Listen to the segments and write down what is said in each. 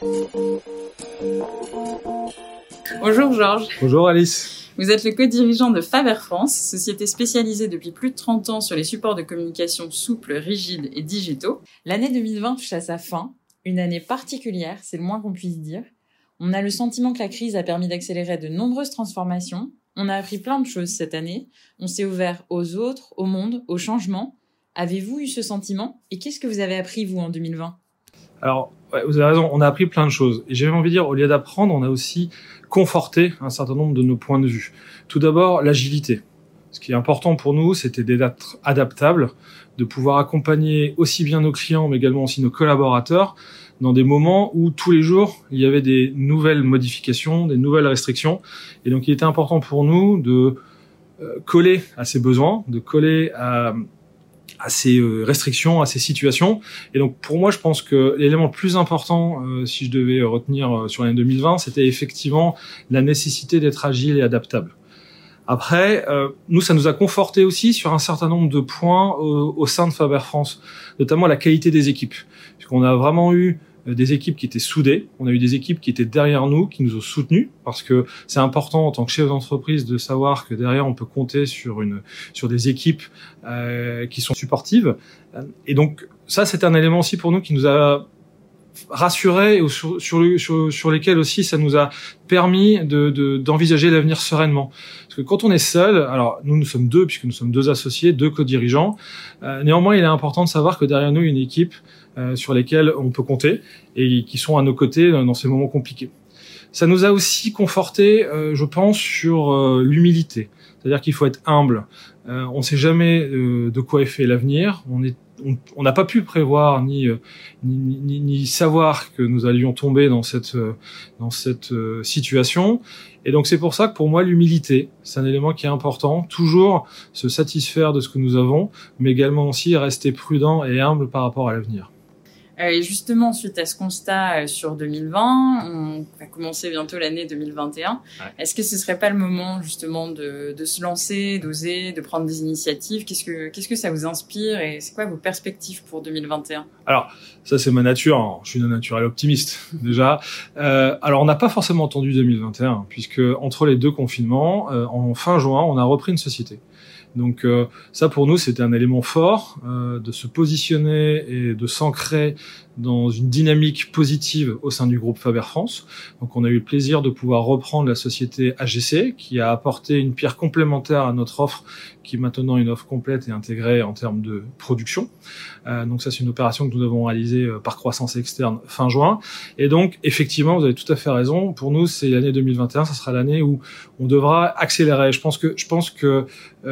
Bonjour Georges. Bonjour Alice. Vous êtes le co-dirigeant de Faber France, société spécialisée depuis plus de 30 ans sur les supports de communication souples, rigides et digitaux. L'année 2020 touche à sa fin, une année particulière, c'est le moins qu'on puisse dire. On a le sentiment que la crise a permis d'accélérer de nombreuses transformations. On a appris plein de choses cette année. On s'est ouvert aux autres, au monde, au changement. Avez-vous eu ce sentiment? Et qu'est-ce que vous avez appris, vous, en 2020? Alors, vous avez raison, on a appris plein de choses. Et j'ai envie de dire, au lieu d'apprendre, on a aussi conforté un certain nombre de nos points de vue. Tout d'abord, l'agilité. Ce qui est important pour nous, c'était d'être adaptable, de pouvoir accompagner aussi bien nos clients, mais également aussi nos collaborateurs, dans des moments où tous les jours, il y avait des nouvelles modifications, des nouvelles restrictions. Et donc, il était important pour nous de coller à ces besoins, de coller à ces restrictions, à ces situations. Et donc, pour moi, je pense que l'élément le plus important, si je devais retenir sur l'année 2020, c'était effectivement la nécessité d'être agile et adaptable. Après, nous, ça nous a conforté aussi sur un certain nombre de points au sein de Faber France, notamment la qualité des équipes. Puisqu'on a vraiment eu des équipes qui étaient soudées, on a eu des équipes qui étaient derrière nous, qui nous ont soutenus, parce que c'est important en tant que chef d'entreprise de savoir que derrière on peut compter sur des équipes qui sont supportives. Et donc ça, c'est un élément aussi pour nous qui nous a rassurés et sur lesquels aussi ça nous a permis d'envisager l'avenir sereinement. Parce que quand on est seul, alors nous sommes deux, puisque nous sommes deux associés, deux co-dirigeants, néanmoins il est important de savoir que derrière nous il y a une équipe sur lesquelles on peut compter et qui sont à nos côtés dans ces moments compliqués. Ça nous a aussi conforté, je pense, sur l'humilité. C'est-à-dire qu'il faut être humble. On ne sait jamais de quoi est fait l'avenir. On n'a pas pu prévoir ni savoir que nous allions tomber dans cette situation. Et donc c'est pour ça que pour moi l'humilité, c'est un élément qui est important. Toujours se satisfaire de ce que nous avons, mais également aussi rester prudent et humble par rapport à l'avenir. Et justement, suite à ce constat sur 2020, on va commencer bientôt l'année 2021. Ouais. Est-ce que ce serait pas le moment justement de se lancer, d'oser, de prendre des initiatives? Qu'est-ce que ça vous inspire et c'est quoi vos perspectives pour 2021? Alors, ça c'est ma nature, hein. Je suis d'un naturel optimiste déjà. Alors on n'a pas forcément attendu 2021, puisque entre les deux confinements, en fin juin, on a repris une société. Donc ça pour nous c'était un élément fort de se positionner et de s'ancrer dans une dynamique positive au sein du groupe Faber France. Donc on a eu le plaisir de pouvoir reprendre la société AGC qui a apporté une pierre complémentaire à notre offre qui est maintenant une offre complète et intégrée en termes de production. Donc ça c'est une opération que nous avons réalisée par croissance externe fin juin. Et donc effectivement vous avez tout à fait raison. Pour nous c'est l'année 2021, ça sera l'année où on devra accélérer. Je pense que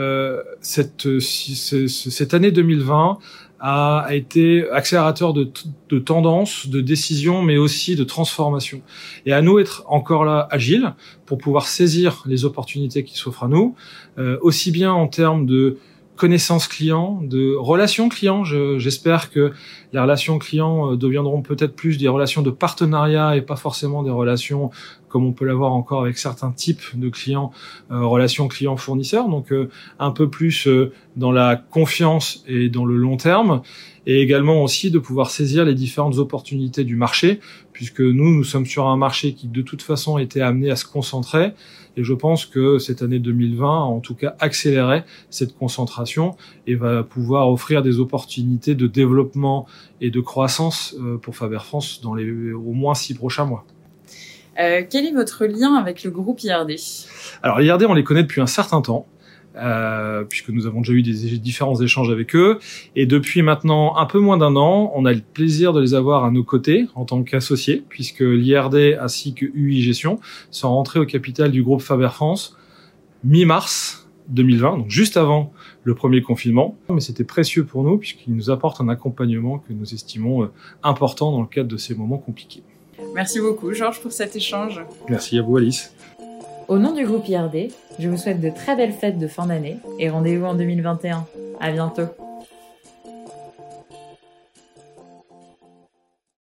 cette année 2020 a été accélérateur de tendance, de décision, mais aussi de transformation. Et à nous être encore là agiles pour pouvoir saisir les opportunités qui s'offrent à nous, aussi bien en termes de connaissances clients, de relations clients. J'espère que les relations clients deviendront peut-être plus des relations de partenariat et pas forcément des relations comme on peut l'avoir encore avec certains types de clients, relations clients-fournisseurs. Donc un peu plus dans la confiance et dans le long terme. Et également aussi de pouvoir saisir les différentes opportunités du marché, puisque nous sommes sur un marché qui de toute façon était amené à se concentrer. Et je pense que cette année 2020 a en tout cas accéléré cette concentration et va pouvoir offrir des opportunités de développement et de croissance pour Faber France dans les au moins 6 prochains mois. Quel est votre lien avec le groupe IRD? Alors l'IRD, on les connaît depuis un certain temps. Puisque nous avons déjà eu des différents échanges avec eux. Et depuis maintenant un peu moins d'un an, on a le plaisir de les avoir à nos côtés en tant qu'associés, puisque l'IRD ainsi que UI Gestion sont rentrés au capital du groupe Faber France mi-mars 2020, donc juste avant le premier confinement. Mais c'était précieux pour nous puisqu'ils nous apportent un accompagnement que nous estimons important dans le cadre de ces moments compliqués. Merci beaucoup Georges pour cet échange. Merci à vous Alice. Au nom du groupe IRD, je vous souhaite de très belles fêtes de fin d'année et rendez-vous en 2021. À bientôt.